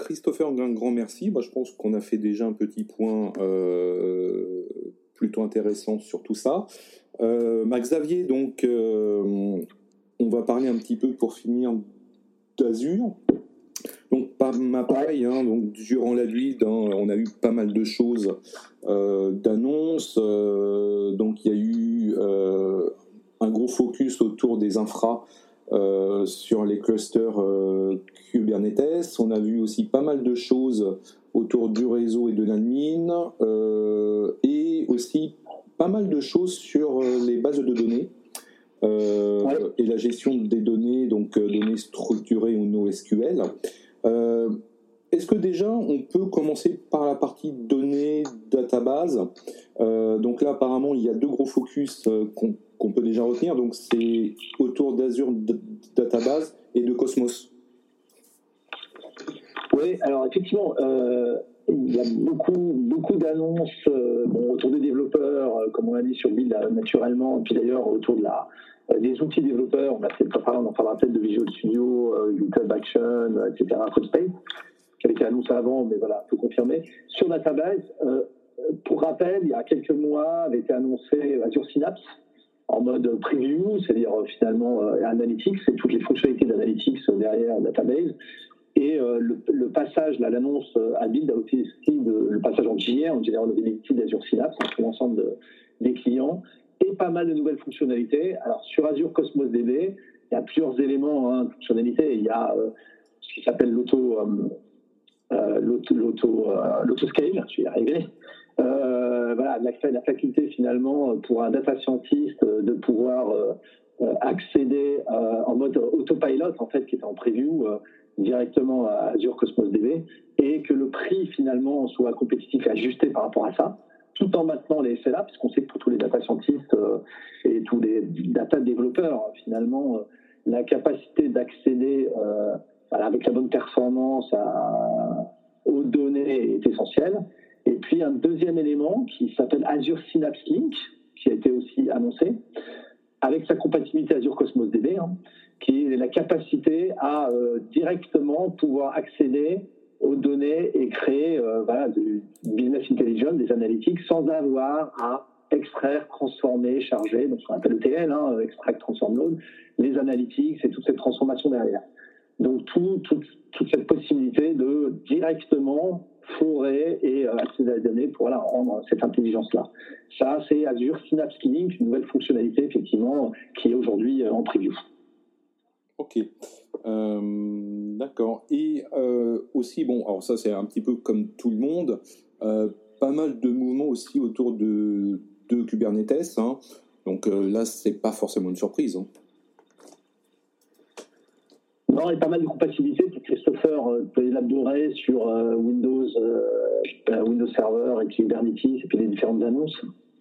Christopher, un grand merci. Je pense qu'on a fait déjà un petit point plutôt intéressant sur tout ça. Xavier, donc, on va parler un petit peu pour finir d'Azure. Donc, pareil, donc, durant la build, on a eu pas mal de choses, d'annonces. Donc, il y a eu un gros focus autour des infras sur les clusters Kubernetes. On a vu aussi pas mal de choses autour du réseau et de l'admin, et aussi pas mal de choses sur les bases de données. Et la gestion des données, donc données structurées ou NoSQL. Est-ce que déjà on peut commencer par la partie données, database? Donc là apparemment il y a deux gros focus qu'on peut déjà retenir, donc c'est autour d'Azure Database et de Cosmos. Oui, alors effectivement, il y a beaucoup d'annonces autour des développeurs, comme on l'a dit sur Build naturellement, et puis d'ailleurs autour des outils développeurs. On en parlera peut-être de Visual Studio, GitHub Action, etc., Codespace, qui avait été annoncé avant, mais voilà, il faut confirmer. Sur Database, pour rappel, il y a quelques mois avait été annoncé Azure Synapse en mode preview, c'est-à-dire finalement Analytics, et toutes les fonctionnalités d'Analytics derrière Database. Et le passage, l'annonce à Build a aussi le passage en GA, en General Availability d'Azure Synapse, pour l'ensemble des clients, et pas mal de nouvelles fonctionnalités. Alors sur Azure Cosmos DB, il y a plusieurs éléments de fonctionnalités. Il y a ce qui s'appelle l'autoscale, je vais y arriver. Voilà, la faculté finalement pour un data scientist de pouvoir accéder en mode autopilot, en fait, qui était en preview, directement à Azure Cosmos DB, et que le prix finalement soit compétitif et ajusté par rapport à ça, tout en maintenant les SLA, parce qu'on sait que pour tous les data scientists et tous les data développeurs, finalement, la capacité d'accéder avec la bonne performance aux données est essentielle. Et puis un deuxième élément qui s'appelle Azure Synapse Link, qui a été aussi annoncé, avec sa compatibilité Azure Cosmos DB, qui est la capacité à directement pouvoir accéder aux données et créer du business intelligence, des analytics, sans avoir à extraire, transformer, charger, donc ce qu'on appelle ETL, extract, transform, load, les analytics et toute cette transformation derrière. Donc toute cette possibilité de directement forer et accéder à la donnée pour rendre cette intelligence-là. Ça, c'est Azure Synapse Link, une nouvelle fonctionnalité, effectivement, qui est aujourd'hui en preview. Ok, d'accord. Et aussi, alors ça c'est un petit peu comme tout le monde, pas mal de mouvements aussi autour de Kubernetes. Donc là, c'est pas forcément une surprise. Non, il y a pas mal de compatibilités que Christopher peut élaborer sur Windows Server et Kubernetes et puis les différentes annonces.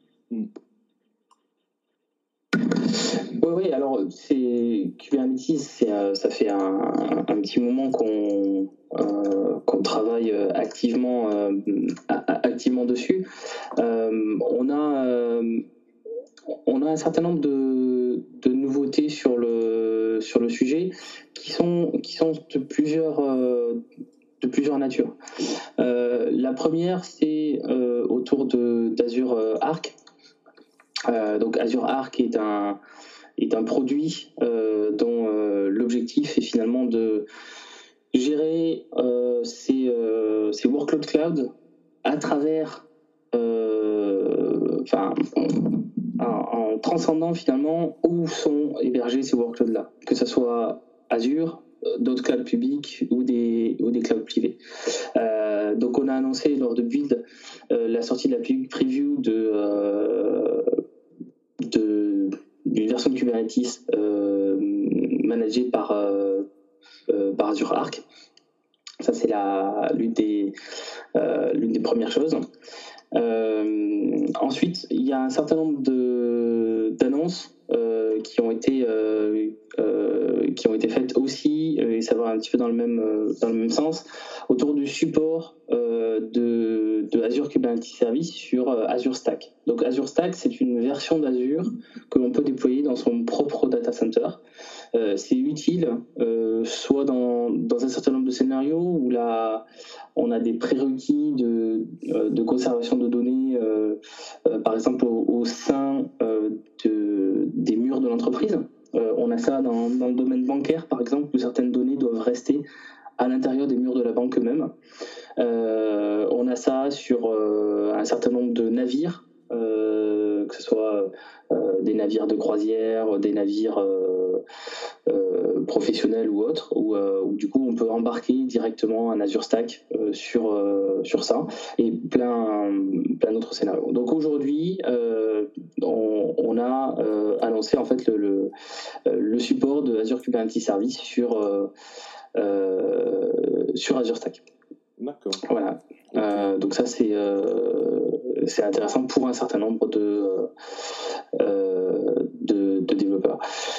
Oui, alors Kubernetes, ça fait un petit moment qu'on travaille activement dessus. On a un certain nombre de nouveautés sur le sujet qui sont de plusieurs natures. La première, c'est autour d'Azure Arc. Donc Azure Arc est un produit dont l'objectif est finalement de gérer ces workload cloud à travers en transcendant finalement où sont hébergés ces workloads-là, que ce soit Azure, d'autres clouds publics ou des clouds privés. Donc on a annoncé lors de Build la sortie de la preview d'une version de Kubernetes managée par Azure Arc. Ça, c'est l'une des premières choses. Ensuite, il y a un certain nombre d'annonces qui ont été faites aussi, et ça va un petit peu dans le même sens, autour du support de Azure Kubernetes Service sur Azure Stack. Donc Azure Stack, c'est une version d'Azure que l'on peut déployer dans son propre data center. C'est utile soit dans un certain nombre de scénarios où là, on a des prérequis de conservation de données, par exemple au sein des murs de l'entreprise. On a ça dans le domaine bancaire, par exemple, où certaines données doivent rester à l'intérieur des murs de la banque eux-mêmes. On a ça sur un certain nombre de navires, que ce soit des navires de croisière, des navires professionnels ou autres, où du coup on peut embarquer directement un Azure Stack sur ça, et plein d'autres scénarios. Donc aujourd'hui, on a annoncé en fait le support de Azure Kubernetes Service sur Azure Stack. D'accord. Voilà. Donc ça c'est intéressant pour un certain nombre de développeurs.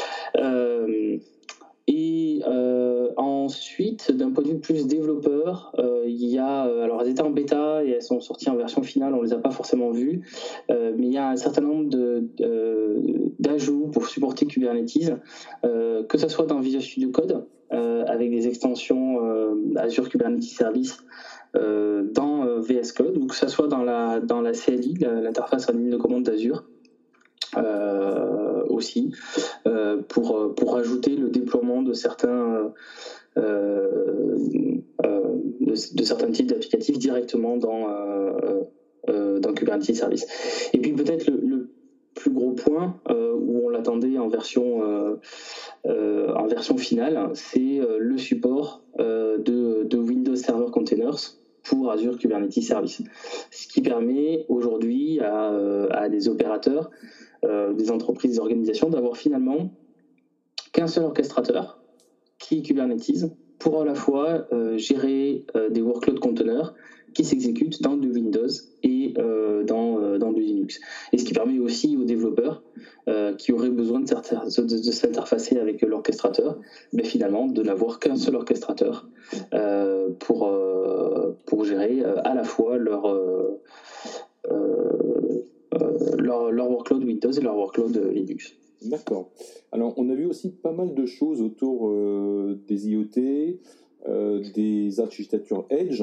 Ensuite, d'un point de vue plus développeur, il y a, alors elles étaient en bêta et elles sont sorties en version finale, on les a pas forcément vues, mais il y a un certain nombre d'ajouts pour supporter Kubernetes, que ce soit dans Visual Studio Code, avec des extensions Azure Kubernetes Service dans VS Code, ou que ce soit dans la CLI, l'interface en ligne de commande d'Azure, aussi, pour ajouter le déploiement de certains types d'applicatifs directement dans Kubernetes Service. Et puis peut-être le plus gros point où on l'attendait en version finale, c'est le support de Windows Server Containers pour Azure Kubernetes Service, ce qui permet aujourd'hui à des opérateurs, des entreprises, des organisations d'avoir finalement qu'un seul orchestrateur qui est Kubernetes pour à la fois gérer des workload containers qui s'exécutent dans du Windows et dans du Linux. Et ce qui permet aussi aux développeurs qui auraient besoin de s'interfacer avec l'orchestrateur, mais finalement de n'avoir qu'un seul orchestrateur pour gérer à la fois leur workload Windows et leur workload Linux. D'accord. Alors, on a vu aussi pas mal de choses autour des IoT, des architectures Edge.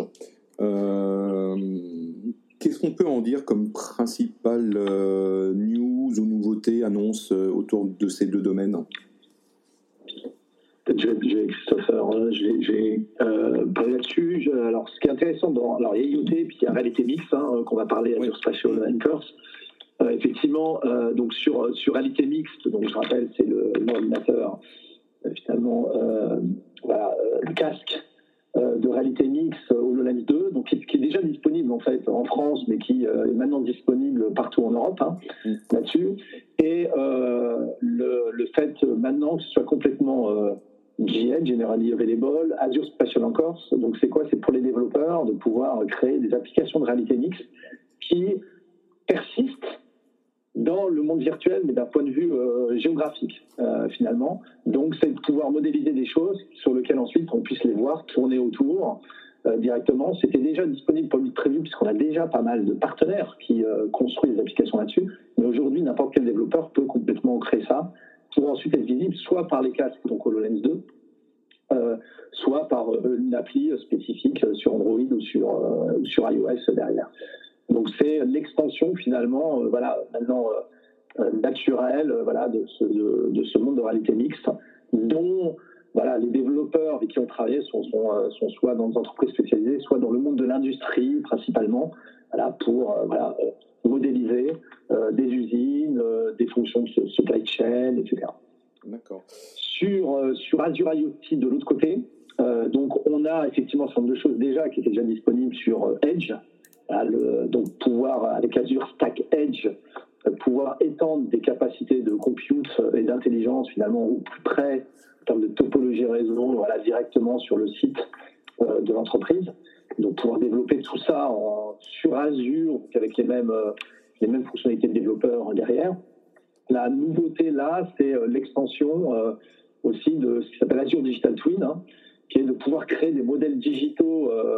Qu'est-ce qu'on peut en dire comme principale news ou nouveauté, annonce autour de ces deux domaines ? Je vais Christopher, je vais parler là-dessus. Alors, ce qui est intéressant, alors il y a IoT et puis il y a réalité mixte, qu'on va parler Azure Spatial Anchors. Effectivement, donc sur réalité mixte, donc je rappelle, c'est l'ordinateur, finalement, le casque de réalité mixte HoloLens 2, donc qui est déjà disponible en fait en France, mais qui est maintenant disponible partout en Europe là-dessus. Et le fait maintenant que ce soit complètement GA, Generally Available, Azure Spatial Anchors, donc c'est quoi ? C'est pour les développeurs de pouvoir créer des applications de réalité mixte qui persistent dans le monde virtuel, mais d'un point de vue géographique, finalement. Donc, c'est de pouvoir modéliser des choses sur lesquelles ensuite on puisse les voir tourner autour directement. C'était déjà disponible pour le preview, puisqu'on a déjà pas mal de partenaires qui construisent des applications là-dessus. Mais aujourd'hui, n'importe quel développeur peut complètement créer ça pour ensuite être visible, soit par les casques, donc HoloLens 2, soit par une appli spécifique sur Android ou sur iOS derrière. Donc c'est l'extension finalement, maintenant naturelle, de ce monde de réalité mixte, dont les développeurs avec qui on travaille sont soit dans des entreprises spécialisées, soit dans le monde de l'industrie principalement, pour modéliser des usines, des fonctions de supply chain, etc. D'accord. Sur Azure IoT de l'autre côté, donc on a effectivement un certain nombre de choses déjà qui étaient déjà disponibles sur Edge. Donc pouvoir, avec Azure Stack Edge, pouvoir étendre des capacités de compute et d'intelligence finalement au plus près en termes de topologie réseau, directement sur le site de l'entreprise. Donc pouvoir développer tout ça sur Azure avec les mêmes fonctionnalités de développeurs derrière. La nouveauté là, c'est l'extension aussi de ce qui s'appelle Azure Digital Twin, qui est de pouvoir créer des modèles digitaux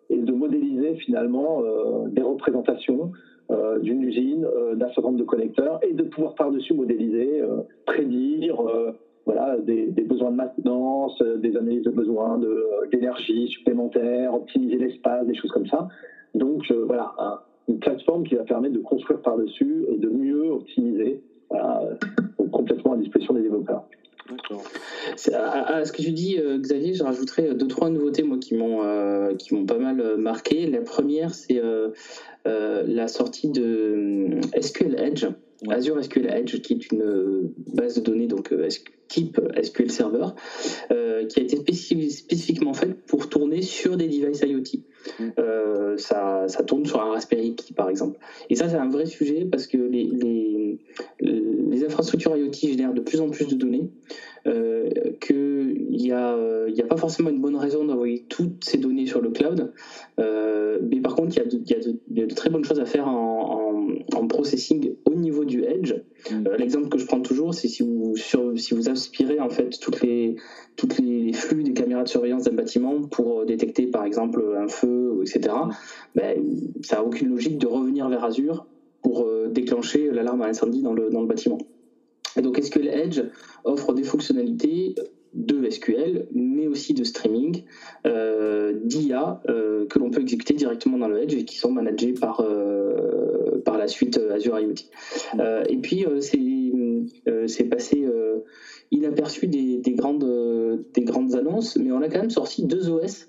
et de modéliser finalement des représentations d'une usine, d'un certain nombre de connecteurs, et de pouvoir par-dessus modéliser, prédire voilà, des besoins de maintenance, des analyses de besoins d'énergie supplémentaire, optimiser l'espace, des choses comme ça. Donc voilà, une plateforme qui va permettre de construire par-dessus et de mieux optimiser, voilà, complètement à disposition des développeurs. D'accord. À ce que tu dis, Xavier, je rajouterais 2-3 nouveautés moi, qui m'ont pas mal marqué. La première, c'est la sortie de SQL Edge, Azure SQL Edge, qui est une base de données donc type SQL Server, qui a été spécifiquement faite pour tourner sur des devices IoT. Ça tourne sur un Raspberry Pi par exemple. Et ça c'est un vrai sujet parce que les infrastructures IoT génèrent de plus en plus de données, qu'il n'y a pas forcément une bonne raison d'envoyer toutes ces données sur le cloud, mais par contre il y a de très bonnes choses à faire en processing au niveau du Edge. L'exemple que je prends toujours, c'est si vous aspirez en fait toutes les flux des caméras de surveillance d'un bâtiment pour détecter par exemple un feu, etc. Ben, ça n'a aucune logique de revenir vers Azure pour déclencher l'alarme à incendie dans le bâtiment. Et donc SQL Edge offre des fonctionnalités de SQL, mais aussi de streaming, d'IA que l'on peut exécuter directement dans le Edge et qui sont managés par la suite Azure IoT. Et puis c'est passé inaperçu des grandes annonces, mais on a quand même sorti 2 OS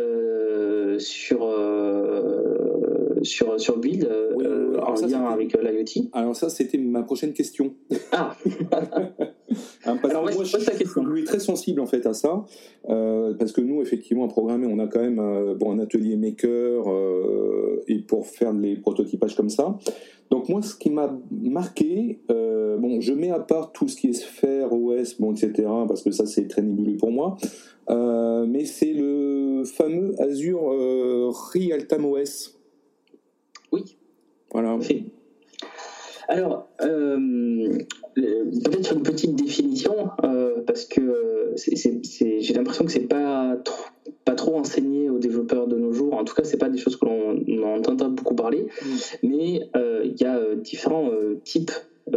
sur Build en lien avec l'IoT. Alors ça, c'était ma prochaine question. Ah alors moi, je suis très sensible en fait à ça, parce que nous, effectivement, à programmer, on a quand même un atelier maker et pour faire les prototypages comme ça. Donc moi, ce qui m'a marqué, je mets à part tout ce qui est Sphere, OS, etc., parce que ça, c'est très nébuleux pour moi, mais c'est le fameux Azure Real-Time OS. Oui. Voilà. Okay. Alors, peut-être une petite définition, parce que j'ai l'impression que c'est pas trop enseigné aux développeurs de nos jours. En tout cas, c'est pas des choses que l'on entend beaucoup parler. Mais il y a différents types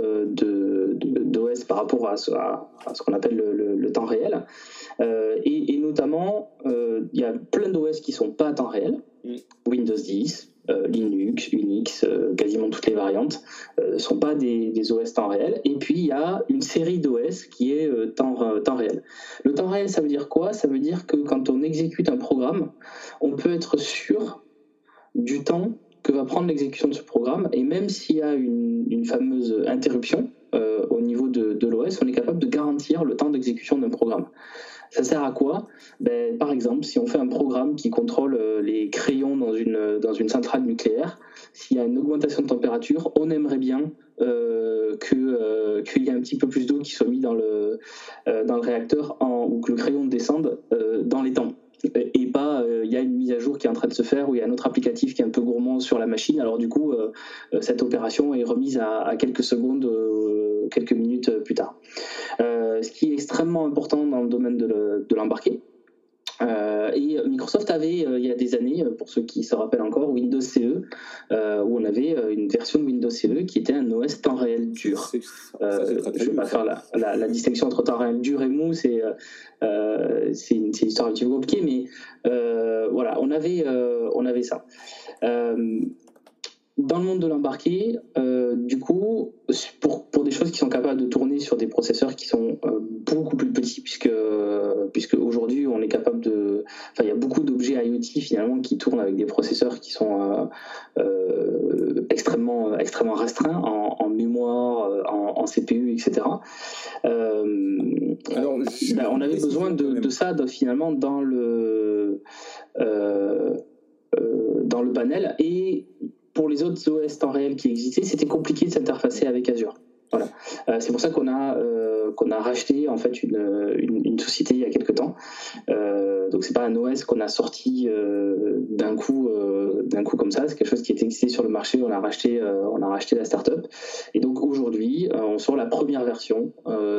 d'OS par rapport à ce qu'on appelle le temps réel. Et notamment, il y a plein d'OS qui sont pas à temps réel. Windows 10, Linux, Unix, quasiment toutes les variantes sont pas des OS temps réel. Et puis il y a une série d'OS qui est temps réel. Le temps réel, ça veut dire quoi ? Ça veut dire que quand on exécute un programme, on peut être sûr du temps que va prendre l'exécution de ce programme, et même s'il y a une fameuse interruption au niveau de l'OS, on est capable de garantir le temps d'exécution d'un programme. Ça sert à quoi ? Par exemple, si on fait un programme qui contrôle les crayons dans une centrale nucléaire, s'il y a une augmentation de température, on aimerait bien qu'il y ait un petit peu plus d'eau qui soit mise dans le réacteur ou que le crayon descende dans les temps. Et pas il y a une mise à jour qui est en train de se faire ou il y a un autre applicatif qui est un peu gourmand sur la machine, alors du coup cette opération est remise à quelques secondes, quelques minutes plus tard. Ce qui est extrêmement important dans le domaine de l'embarqué. Et Microsoft avait, il y a des années, pour ceux qui se rappellent encore, Windows CE, où on avait une version de Windows CE qui était un OS temps réel dur. Je ne vais pas faire la distinction entre temps réel dur et mou, c'est une histoire un petit peu compliquée, mais voilà, on avait ça. Dans le monde de l'embarqué, du coup, pour des choses qui sont capables de tourner sur des processeurs qui sont beaucoup plus petits, puisque aujourd'hui on est capable il y a beaucoup d'objets IoT finalement qui tournent avec des processeurs qui sont extrêmement restreints en mémoire, en CPU, etc. Alors, on avait besoin de ça finalement dans le panel, et pour les autres OS temps réel qui existaient, c'était compliqué de s'interfacer avec Azure. Voilà. C'est pour ça qu'on a racheté en fait une société il y a quelques temps. Donc c'est pas un OS qu'on a sorti d'un coup comme ça. C'est quelque chose qui était existé sur le marché. On a racheté la startup. Et donc aujourd'hui, on sort la première version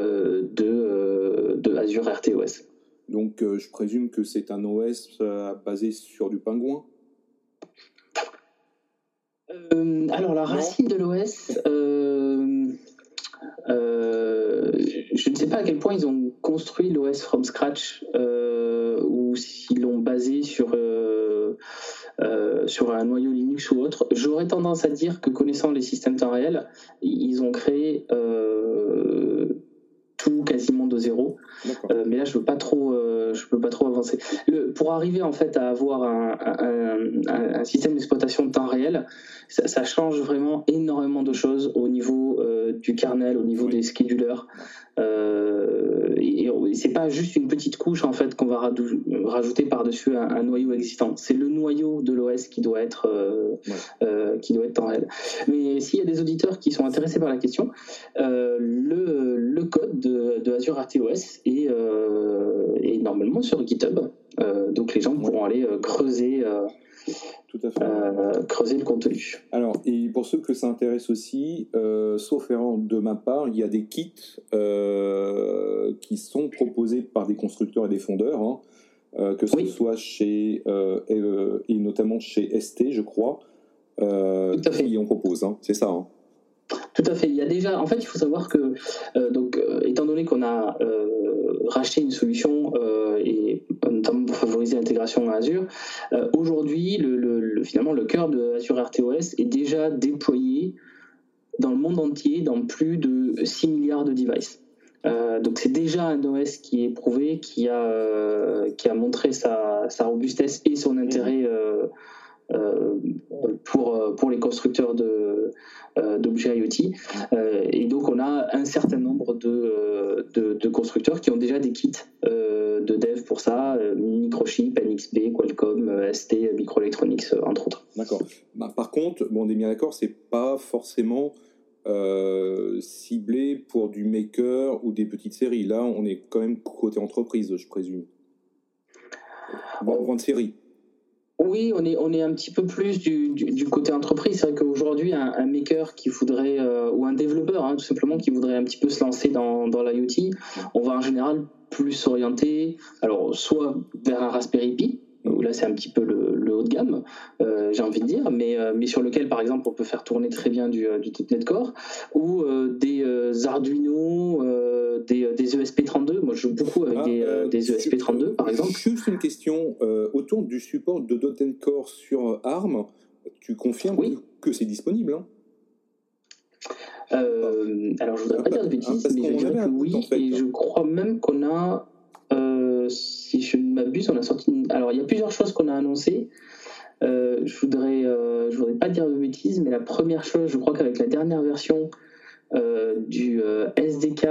de Azure RTOS. Donc je présume que c'est un OS basé sur du Pingouin. Alors la racine de l'OS, je ne sais pas à quel point ils ont construit l'OS from scratch ou s'ils l'ont basé sur un noyau Linux ou autre. J'aurais tendance à dire que, connaissant les systèmes temps réel, ils ont créé tout quasiment de zéro. Mais là, je peux pas trop avancer. Pour arriver en fait à avoir un système d'exploitation de temps réel, ça change vraiment énormément de choses au niveau du kernel, au niveau des schedulers. Et c'est pas juste une petite couche en fait qu'on va rajouter par-dessus un noyau existant. C'est le noyau de l'OS qui doit être temps réel. Mais s'il y a des auditeurs qui sont intéressés par la question, le code de Azure RTOS est normalement sur GitHub. Donc les gens pourront aller creuser. Tout à fait. Creuser le contenu. Alors, et pour ceux que ça intéresse aussi, sauf erreur de ma part, il y a des kits qui sont proposés par des constructeurs et des fondeurs, que ce soit chez, et notamment chez ST, je crois, qui en proposent. C'est ça. Tout à fait. Il y a déjà, en fait, il faut savoir que, étant donné qu'on a racheté une solution et notamment pour favoriser l'intégration à Azure, aujourd'hui, finalement, le cœur de Azure RTOS est déjà déployé dans le monde entier dans plus de 6 milliards de devices. Donc c'est déjà un OS qui est prouvé, qui a montré sa robustesse et son intérêt pour les constructeurs d'objets IoT. Et donc on a un certain nombre de constructeurs qui ont déjà des kits de dev pour ça, Microchip, NXP, Qualcomm, ST, Microelectronics, entre autres. D'accord. Par contre, on est bien d'accord, c'est pas forcément ciblé pour du maker ou des petites séries. Là, on est quand même côté entreprise, je présume. Grande série. Oui, on est un petit peu plus du côté entreprise. C'est vrai qu'aujourd'hui, un maker qui voudrait, ou un développeur, tout simplement, qui voudrait un petit peu se lancer dans l'IoT, on va en général plus s'orienter, alors soit vers un Raspberry Pi, où là c'est un petit peu le haut de gamme, j'ai envie de dire, mais sur lequel par exemple on peut faire tourner très bien du .NET Core, ou des Arduino, des ESP32. Moi je joue beaucoup avec des ESP32 par exemple. Juste une question, autour du support de .NET Core sur ARM, tu confirmes que c'est disponible, alors je voudrais pas dire de bêtises, mais je dirais que oui, en fait, et je crois même qu'on a, si je ne m'abuse, on a sorti. Alors il y a plusieurs choses qu'on a annoncées. Je voudrais pas dire de bêtises, mais la première chose, je crois qu'avec la dernière version du SDK,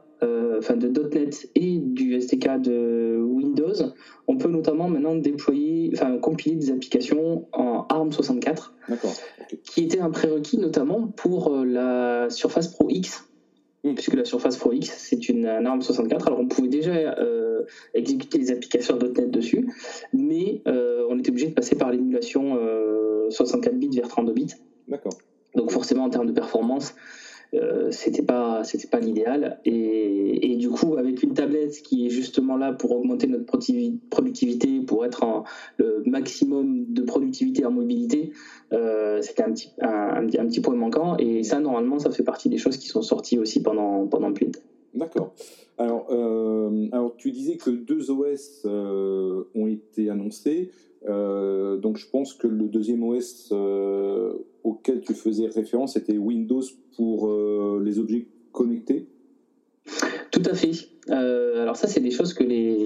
de .NET et du SDK de Windows, on peut notamment maintenant compiler des applications en ARM64, qui était un prérequis notamment pour la Surface Pro X, puisque la Surface Pro X c'est une ARM64. Alors on pouvait déjà exécuter les applications .NET dessus, mais on était obligé de passer par l'émulation 64 bits vers 32 bits. D'accord. Donc forcément en termes de performance, c'était pas l'idéal, et du coup avec une tablette qui est justement là pour augmenter notre productivité, pour être le maximum de productivité en mobilité, c'était un petit point manquant, et ça normalement ça fait partie des choses qui sont sorties aussi pendant Build. D'accord. Alors tu disais que 2 OS ont été annoncés. Donc je pense que le deuxième OS auquel tu faisais référence était Windows pour les objets connectés. Tout à fait. Alors ça, c'est des choses que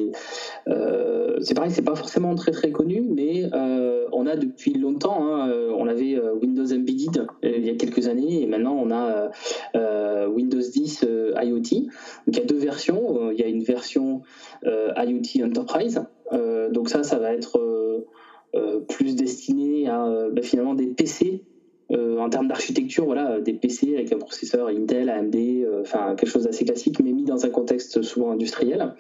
c'est pareil, c'est pas forcément très très connu, mais on a depuis longtemps. On avait Windows Embedded il y a quelques années, et maintenant on a Windows 10 IoT. Donc il y a 2 versions. Il y a une version IoT Enterprise. Donc ça va être plus destiné à finalement des PC. En termes d'architecture, voilà, des PC avec un processeur Intel, AMD, quelque chose d'assez classique, mais mis dans un contexte souvent industriel.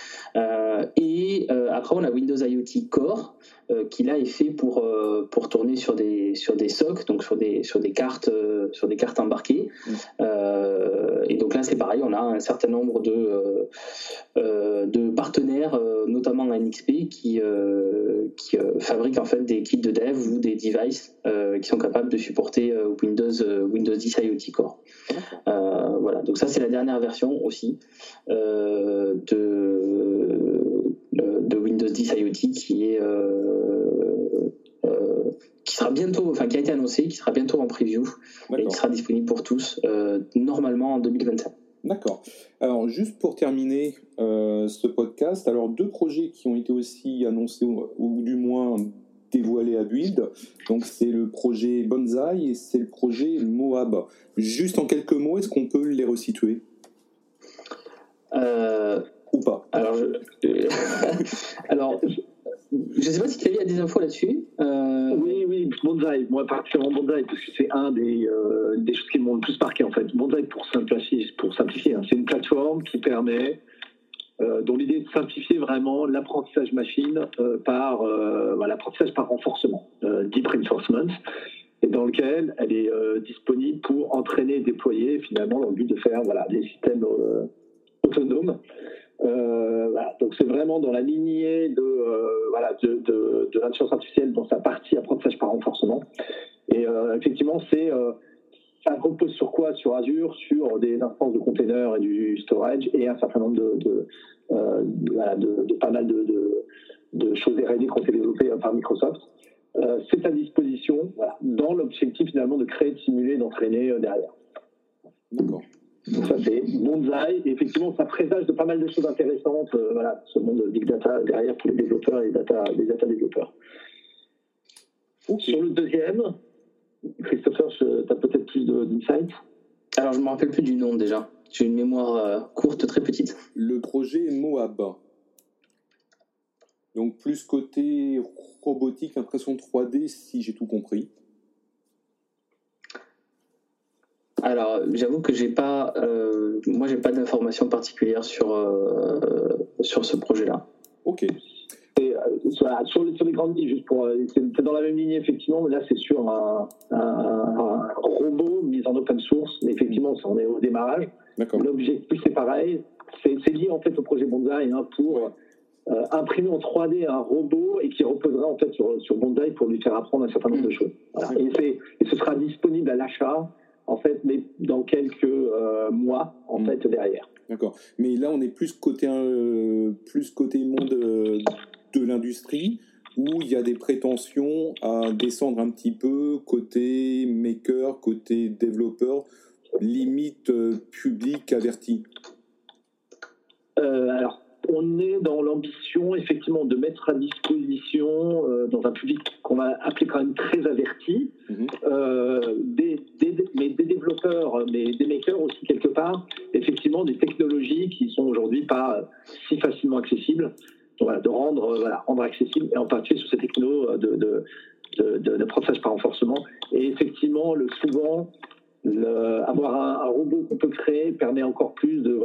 Et après, on a Windows IoT Core, qui là est fait pour tourner sur des SoC, donc sur des cartes embarquées. Et donc là, c'est pareil, on a un certain nombre de partenaires, notamment NXP, qui fabriquent en fait des kits de dev ou des devices qui sont capables de supporter Windows 10 IoT Core. Voilà, donc ça c'est la dernière version aussi de Windows 10 IoT qui sera bientôt, enfin qui a été annoncé, qui sera bientôt en preview et qui sera disponible pour tous normalement en 2025. D'accord. Alors, juste pour terminer ce podcast, alors 2 projets qui ont été aussi annoncés ou du moins dévoilés à Build. Donc, c'est le projet Bonsaï et c'est le projet Moab. Juste en quelques mots, est-ce qu'on peut les resituer ou pas? Alors, je ne sais pas si tu as des infos là-dessus. Oui, Bonsaï. Moi, particulièrement Bonsaï, parce que c'est un des choses qui m'ont le plus marqué, en fait. Bonsaï, pour simplifier, c'est une plateforme qui permet, dont l'idée est de simplifier vraiment l'apprentissage machine par l'apprentissage par renforcement, deep reinforcement, et dans lequel elle est disponible pour entraîner et déployer, finalement, dans le but de faire des systèmes autonomes. Donc c'est vraiment dans la lignée de l'intelligence artificielle dans sa partie apprentissage par renforcement. Et effectivement, ça repose sur quoi? Sur Azure, sur des instances de containers et du storage et un certain nombre de pas mal de choses R&D qui ont été développées par Microsoft. C'est à disposition dans l'objectif finalement de créer, de simuler, d'entraîner derrière. D'accord. Donc ça c'est Bonsaï, et effectivement ça présage de pas mal de choses intéressantes, ce monde de Big Data derrière pour les développeurs et les data développeurs. Sur le deuxième, Christopher, tu as peut-être plus d'insights? Alors je ne me rappelle plus du nom déjà, j'ai une mémoire courte, très petite. Le projet Moab. Donc plus côté robotique, impression 3D, si j'ai tout compris. Alors, j'avoue que j'ai pas d'informations particulières sur ce projet-là. Ok. Et, sur les grandes lignes, juste pour, c'est dans la même ligne effectivement, mais là c'est sur un robot mis en open source, mais effectivement on est au démarrage. D'accord. L'objectif c'est pareil, c'est lié en fait au projet Bonsaï pour imprimer en 3D un robot et qui reposera en fait sur Bonsaï pour lui faire apprendre un certain nombre de choses. Voilà. Et ce sera disponible à l'achat en fait, mais dans quelques mois en fait derrière. D'accord. Mais là on est plus côté monde de l'industrie, où il y a des prétentions à descendre un petit peu côté maker, côté développeur, limite public averti. Alors, on est dans l'ambition, effectivement, de mettre à disposition, dans un public qu'on va appeler quand même très averti, mais des développeurs, mais des makers aussi, quelque part, effectivement, des technologies qui sont aujourd'hui pas si facilement accessibles. Donc, de rendre accessible, et en particulier sur ces technos d'apprentissage par renforcement. Et effectivement, souvent, avoir un robot qu'on peut créer permet encore plus de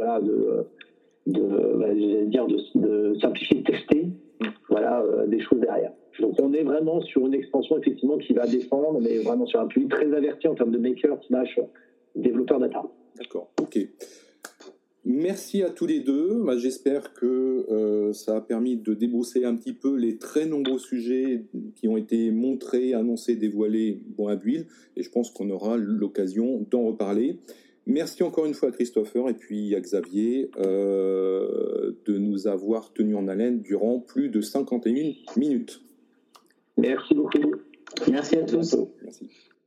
simplifier, de tester, des choses derrière. Donc on est vraiment sur une expansion effectivement qui va descendre, mais vraiment sur un public très averti en termes de maker / développeur data. D'accord, ok. Merci à tous les deux. J'espère que ça a permis de débrousser un petit peu les très nombreux sujets qui ont été montrés, annoncés, dévoilés à Build, et je pense qu'on aura l'occasion d'en reparler. Merci encore une fois à Christopher et puis à Xavier de nous avoir tenus en haleine durant plus de 51 minutes. Merci beaucoup. Merci à tous. Merci.